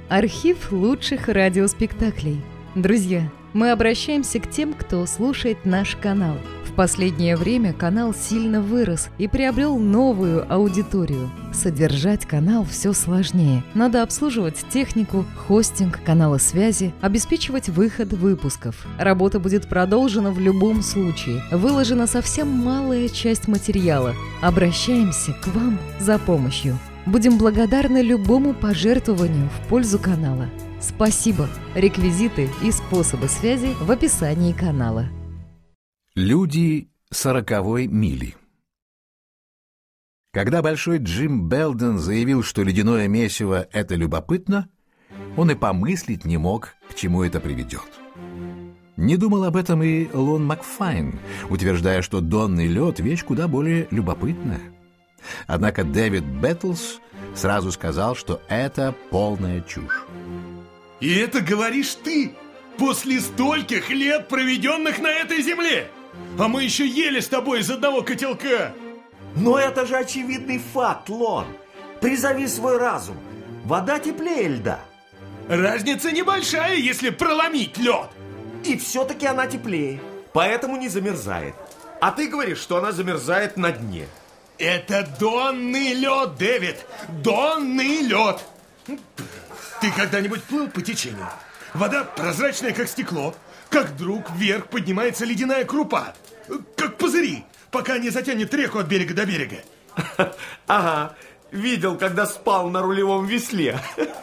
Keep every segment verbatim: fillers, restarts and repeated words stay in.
Архив лучших радиоспектаклей. Друзья, мы обращаемся к тем, кто слушает наш канал. В последнее время канал сильно вырос и приобрел новую аудиторию. Содержать канал все сложнее. Надо обслуживать технику, хостинг, каналы связи, обеспечивать выход выпусков. Работа будет продолжена в любом случае. Выложена совсем малая часть материала. Обращаемся к вам за помощью. Будем благодарны любому пожертвованию в пользу канала. Спасибо. Реквизиты и способы связи в описании канала. Люди сороковой мили. Когда большой Джим Белден заявил, что ледяное месиво — это любопытно, он и помыслить не мог, к чему это приведет. Не думал об этом и Лон Макфайн, утверждая, что донный лед — вещь куда более любопытная. Однако Дэвид Бэттлс сразу сказал, что это полная чушь. И это говоришь ты, после стольких лет, проведенных на этой земле? А мы еще ели с тобой из одного котелка. Но это же очевидный факт, Лон. Призови свой разум. Вода теплее льда. Разница небольшая, если проломить лед. И все-таки она теплее, поэтому не замерзает. А ты говоришь, что она замерзает на дне. Это донный лед, Дэвид. Донный лед. Ты когда-нибудь плыл по течению? Вода прозрачная, как стекло. Как вдруг вверх поднимается ледяная крупа. Как пузыри, пока не затянет реку от берега до берега. Ага, видел, когда спал на рулевом весле.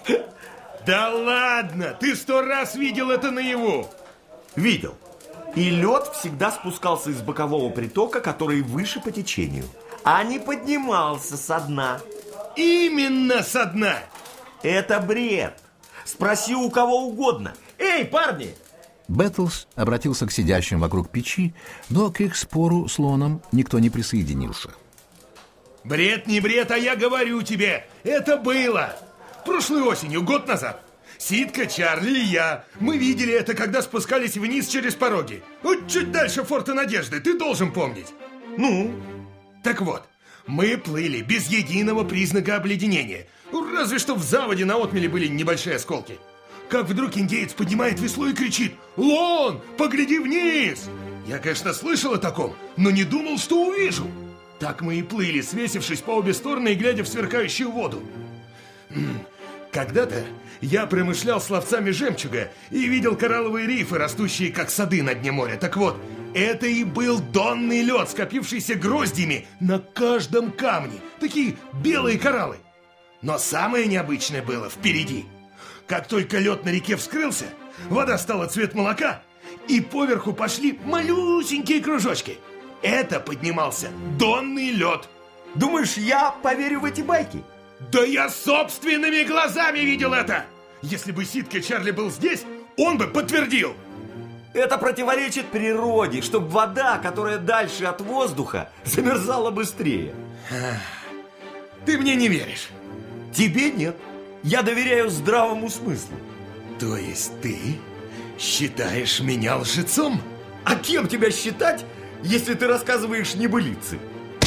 Да ладно, ты сто раз видел это наяву. Видел. И лед всегда спускался из бокового притока, который выше по течению, а не поднимался со дна. Именно со дна. Это бред. Спроси у кого угодно. Эй, парни! Бэттлс обратился к сидящим вокруг печи, но к их спору с Лоном никто не присоединился. Бред не бред, а я говорю тебе, это было. Прошлой осенью, год назад. Ситка, Чарли и я. Мы видели это, когда спускались вниз через пороги. Вот чуть дальше форта Надежды, ты должен помнить. Ну? Так вот, мы плыли без единого признака обледенения. Разве что в заводе на отмеле были небольшие осколки. Как вдруг индеец поднимает весло и кричит: «Лон, погляди вниз!» Я, конечно, слышал о таком, но не думал, что увижу. Так мы и плыли, свесившись по обе стороны и глядя в сверкающую воду. Когда-то я промышлял с ловцами жемчуга и видел коралловые рифы, растущие как сады на дне моря. Так вот, это и был донный лед, скопившийся гроздьями на каждом камне. Такие белые кораллы. Но самое необычное было впереди. Как только лед на реке вскрылся, вода стала цвет молока, и поверху пошли малюсенькие кружочки. Это поднимался донный лед. Думаешь, я поверю в эти байки? Да я собственными глазами видел это! Если бы Ситка Чарли был здесь, он бы подтвердил. Это противоречит природе, чтобы вода, которая дальше от воздуха, замерзала быстрее. Ты мне не веришь? Тебе нет. Я доверяю здравому смыслу. То есть ты считаешь меня лжецом? А кем тебя считать, если ты рассказываешь небылицы?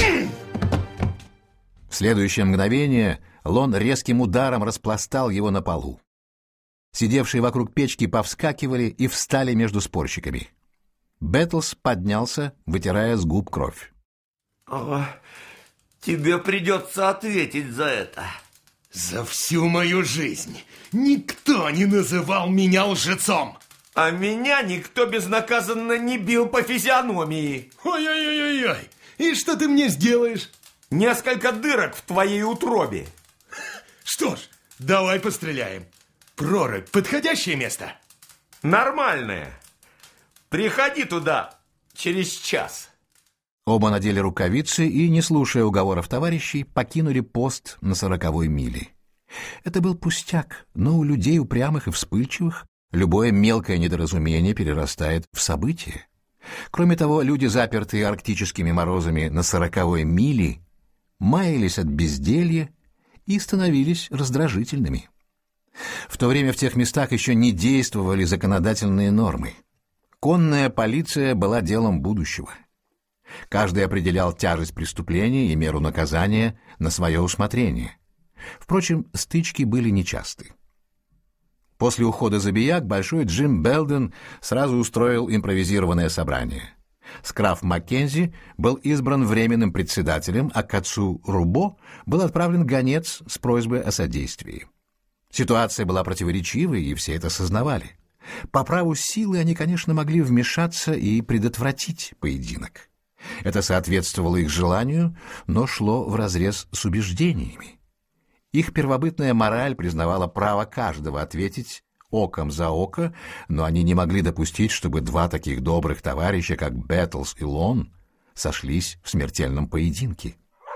В следующее мгновение Лон резким ударом распластал его на полу. Сидевшие вокруг печки повскакивали и встали между спорщиками. Бэттлс поднялся, вытирая с губ кровь. О, тебе придется ответить за это. За всю мою жизнь никто не называл меня лжецом. А меня никто безнаказанно не бил по физиономии. Ой-ой-ой-ой, и что ты мне сделаешь? Несколько дырок в твоей утробе. Что ж, давай постреляем. Прорубь — подходящее место? Нормальное. Приходи туда через час. Оба надели рукавицы и, не слушая уговоров товарищей, покинули пост на сороковой мили. Это был пустяк, но у людей упрямых и вспыльчивых любое мелкое недоразумение перерастает в событие. Кроме того, люди, запертые арктическими морозами на сороковой мили, маялись от безделья и становились раздражительными. В то время в тех местах еще не действовали законодательные нормы. Конная полиция была делом будущего. Каждый определял тяжесть преступления и меру наказания на свое усмотрение. Впрочем, стычки были нечасты. После ухода забияк Большой Джим Белден сразу устроил импровизированное собрание. Скраф Маккензи был избран временным председателем, а к отцу Рубо был отправлен гонец с просьбой о содействии. Ситуация была противоречивой, и все это сознавали. По праву силы они, конечно, могли вмешаться и предотвратить поединок. Это соответствовало их желанию, но шло вразрез с убеждениями. Их первобытная мораль признавала право каждого ответить оком за око, но они не могли допустить, чтобы два таких добрых товарища, как Бэттлс и Лон, сошлись в смертельном поединке.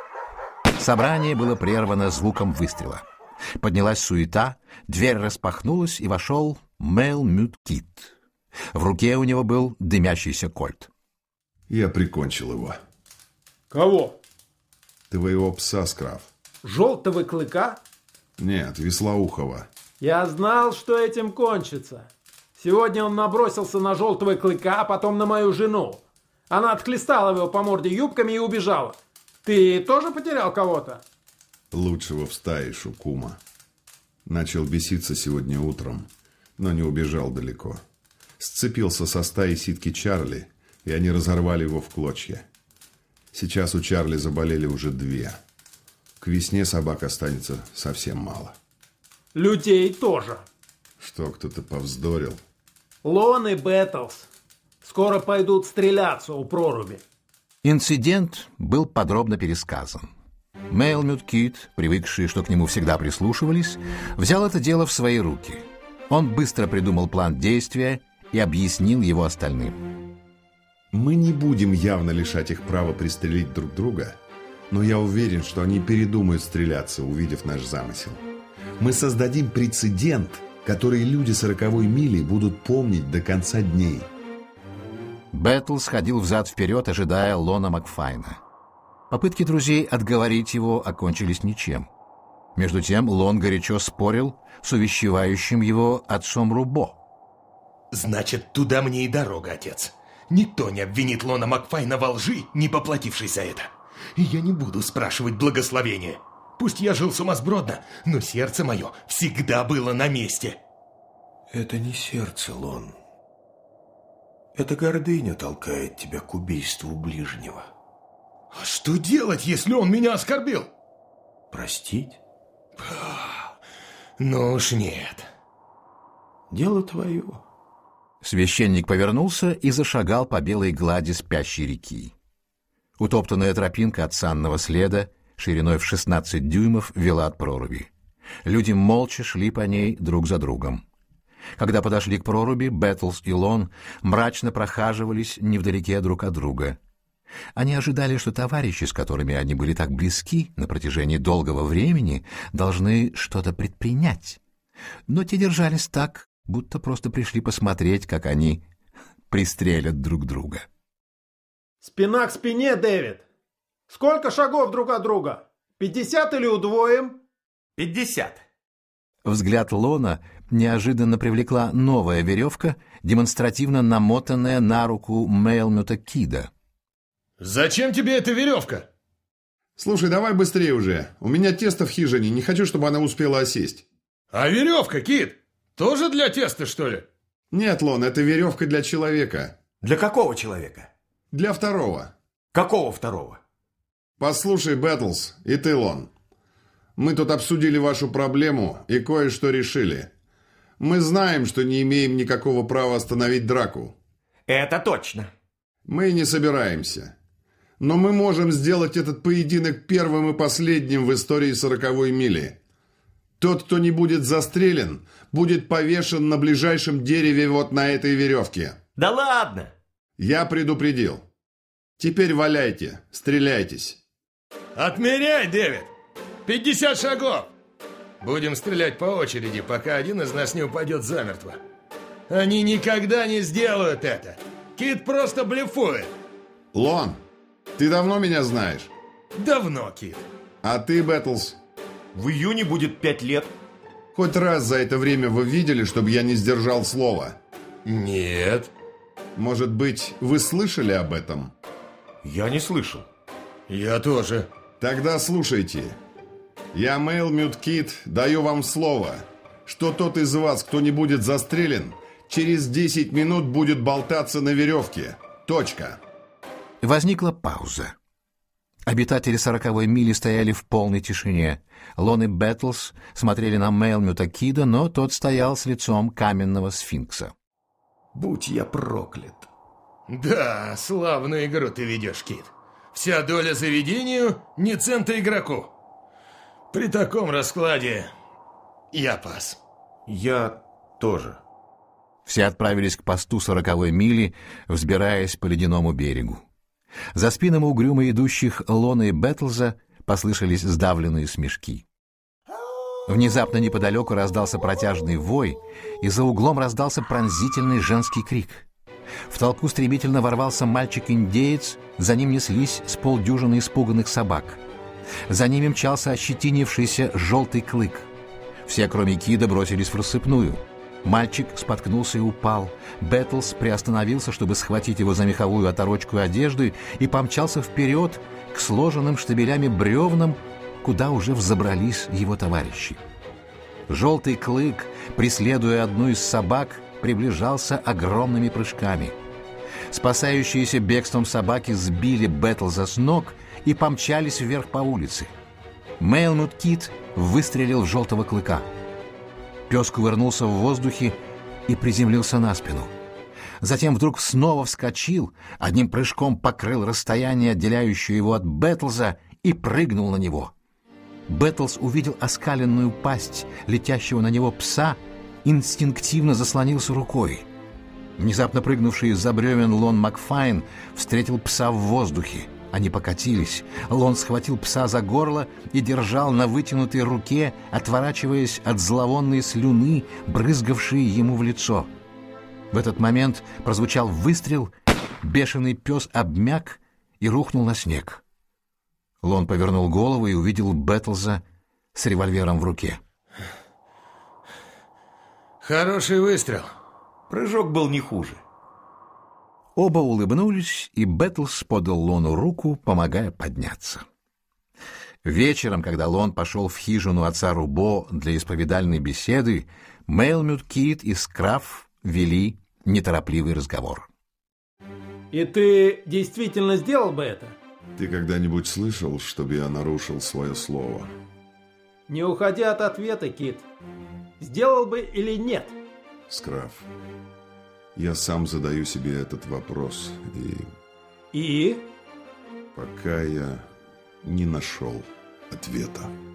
Собрание было прервано звуком выстрела. Поднялась суета, дверь распахнулась, и вошел Мэйл Мют Кит. В руке у него был дымящийся кольт. Я прикончил его. Кого? Твоего пса, Скраф. Желтого клыка? Нет, Веслоухова. Я знал, что этим кончится. Сегодня он набросился на желтого клыка, а потом на мою жену. Она отхлестала его по морде юбками и убежала. Ты тоже потерял кого-то? Лучшего в стае, Шукума. Начал беситься сегодня утром, но не убежал далеко. Сцепился со стаей ситки Чарли, и они разорвали его в клочья. Сейчас у Чарли заболели уже две. К весне собак останется совсем мало. Людей тоже. Что, кто-то повздорил? Лон и Бэттлс скоро пойдут стреляться у проруби. Инцидент был подробно пересказан. Мэйл Мют Кит, привыкший, что к нему всегда прислушивались, взял это дело в свои руки. Он быстро придумал план действия и объяснил его остальным. Мы не будем явно лишать их права пристрелить друг друга, но я уверен, что они передумают стреляться, увидев наш замысел. Мы создадим прецедент, который люди сороковой мили будут помнить до конца дней. Бэттлс ходил взад-вперед, ожидая Лона Макфайна. Попытки друзей отговорить его окончились ничем. Между тем Лон горячо спорил с увещевающим его отцом Рубо. Значит, туда мне и дорога, отец. Никто не обвинит Лона Макфайна во лжи, не поплатившись за это. И я не буду спрашивать благословения. Пусть я жил сумасбродно, но сердце мое всегда было на месте. Это не сердце, Лон. Это гордыня толкает тебя к убийству ближнего. А что делать, если он меня оскорбил? Простить? Ну уж нет. Дело твое. Священник повернулся и зашагал по белой глади спящей реки. Утоптанная тропинка от санного следа шириной в шестнадцать дюймов вела от проруби. Люди молча шли по ней друг за другом. Когда подошли к проруби, Бэттлс и Лон мрачно прохаживались невдалеке друг от друга. Они ожидали, что товарищи, с которыми они были так близки на протяжении долгого времени, должны что-то предпринять. Но те держались так, будто просто пришли посмотреть, как они пристрелят друг друга. Спина к спине, Дэвид. Сколько шагов друг от друга? Пятьдесят или удвоим? Пятьдесят. Взгляд Лона неожиданно привлекла новая веревка, демонстративно намотанная на руку Мэйл Мюта Кида. Зачем тебе эта веревка? Слушай, давай быстрее уже. У меня тесто в хижине, не хочу, чтобы она успела осесть. А веревка, Кит, тоже для теста, что ли? Нет, Лон, это веревка для человека. Для какого человека? Для второго. Какого второго? Послушай, Бэттлс, и ты, Лон. Мы тут обсудили вашу проблему и кое-что решили. Мы знаем, что не имеем никакого права остановить драку. Это точно. Мы не собираемся. Но мы можем сделать этот поединок первым и последним в истории сороковой мили. Тот, кто не будет застрелен, будет повешен на ближайшем дереве вот на этой веревке. Да ладно! Я предупредил. Теперь валяйте, стреляйтесь. Отмеряй, Дэвид! пятьдесят шагов! Будем стрелять по очереди, пока один из нас не упадет замертво. Они никогда не сделают это. Кит просто блефует. Лон, ты давно меня знаешь? Давно, Кит. А ты, Бэттлс? В июне будет пять лет. Хоть раз за это время вы видели, чтобы я не сдержал слова? Нет. Может быть, вы слышали об этом? Я не слышал. Я тоже. Тогда слушайте. Я, Мэйл Мют Кит, даю вам слово, что тот из вас, кто не будет застрелен, через десять минут будет болтаться на веревке. Точка. Возникла пауза. Обитатели сороковой мили стояли в полной тишине. Лон и Бэттлс смотрели на Мэлмюта Кида, но тот стоял с лицом каменного сфинкса. Будь я проклят. Да, славную игру ты ведешь, Кид. Вся доля заведению, ни цента игроку. При таком раскладе я пас. Я тоже. Все отправились к посту сороковой мили, взбираясь по ледяному берегу. За спинами угрюмо идущих Лона и Бэттлза послышались сдавленные смешки. Внезапно неподалеку раздался протяжный вой, и за углом раздался пронзительный женский крик. В толпу стремительно ворвался мальчик-индеец, за ним неслись с полдюжины испуганных собак. За ними мчался ощетинившийся желтый клык. Все, кроме Кида, бросились в рассыпную. Мальчик споткнулся и упал. Бэттлс приостановился, чтобы схватить его за меховую оторочку одежды, и помчался вперед к сложенным штабелями бревнам, куда уже взобрались его товарищи. Желтый клык, преследуя одну из собак, приближался огромными прыжками. Спасающиеся бегством собаки сбили Бэттлза с ног и помчались вверх по улице. Мэлмют Кид выстрелил в желтого клыка. Пес кувырнулся в воздухе и приземлился на спину. Затем вдруг снова вскочил, одним прыжком покрыл расстояние, отделяющее его от Бэттлза, и прыгнул на него. Бэттлс увидел оскаленную пасть летящего на него пса, инстинктивно заслонился рукой. Внезапно прыгнувший из-за бревен Лон Макфайн встретил пса в воздухе. Они покатились. Лон схватил пса за горло и держал на вытянутой руке, отворачиваясь от зловонной слюны, брызгавшей ему в лицо. В этот момент прозвучал выстрел, бешеный пес обмяк и рухнул на снег. Лон повернул голову и увидел Бэттлза с револьвером в руке. Хороший выстрел. Прыжок был не хуже. Оба улыбнулись, и Бэттлс подал Лону руку, помогая подняться. Вечером, когда Лон пошел в хижину отца Рубо для исповедальной беседы, Мэлмют Кид и Скраф вели неторопливый разговор. И ты действительно сделал бы это? Ты когда-нибудь слышал, чтобы я нарушил свое слово? Не уходя от ответа, Кид. Сделал бы или нет? Скраф, я сам задаю себе этот вопрос, и... И? Пока я не нашел ответа.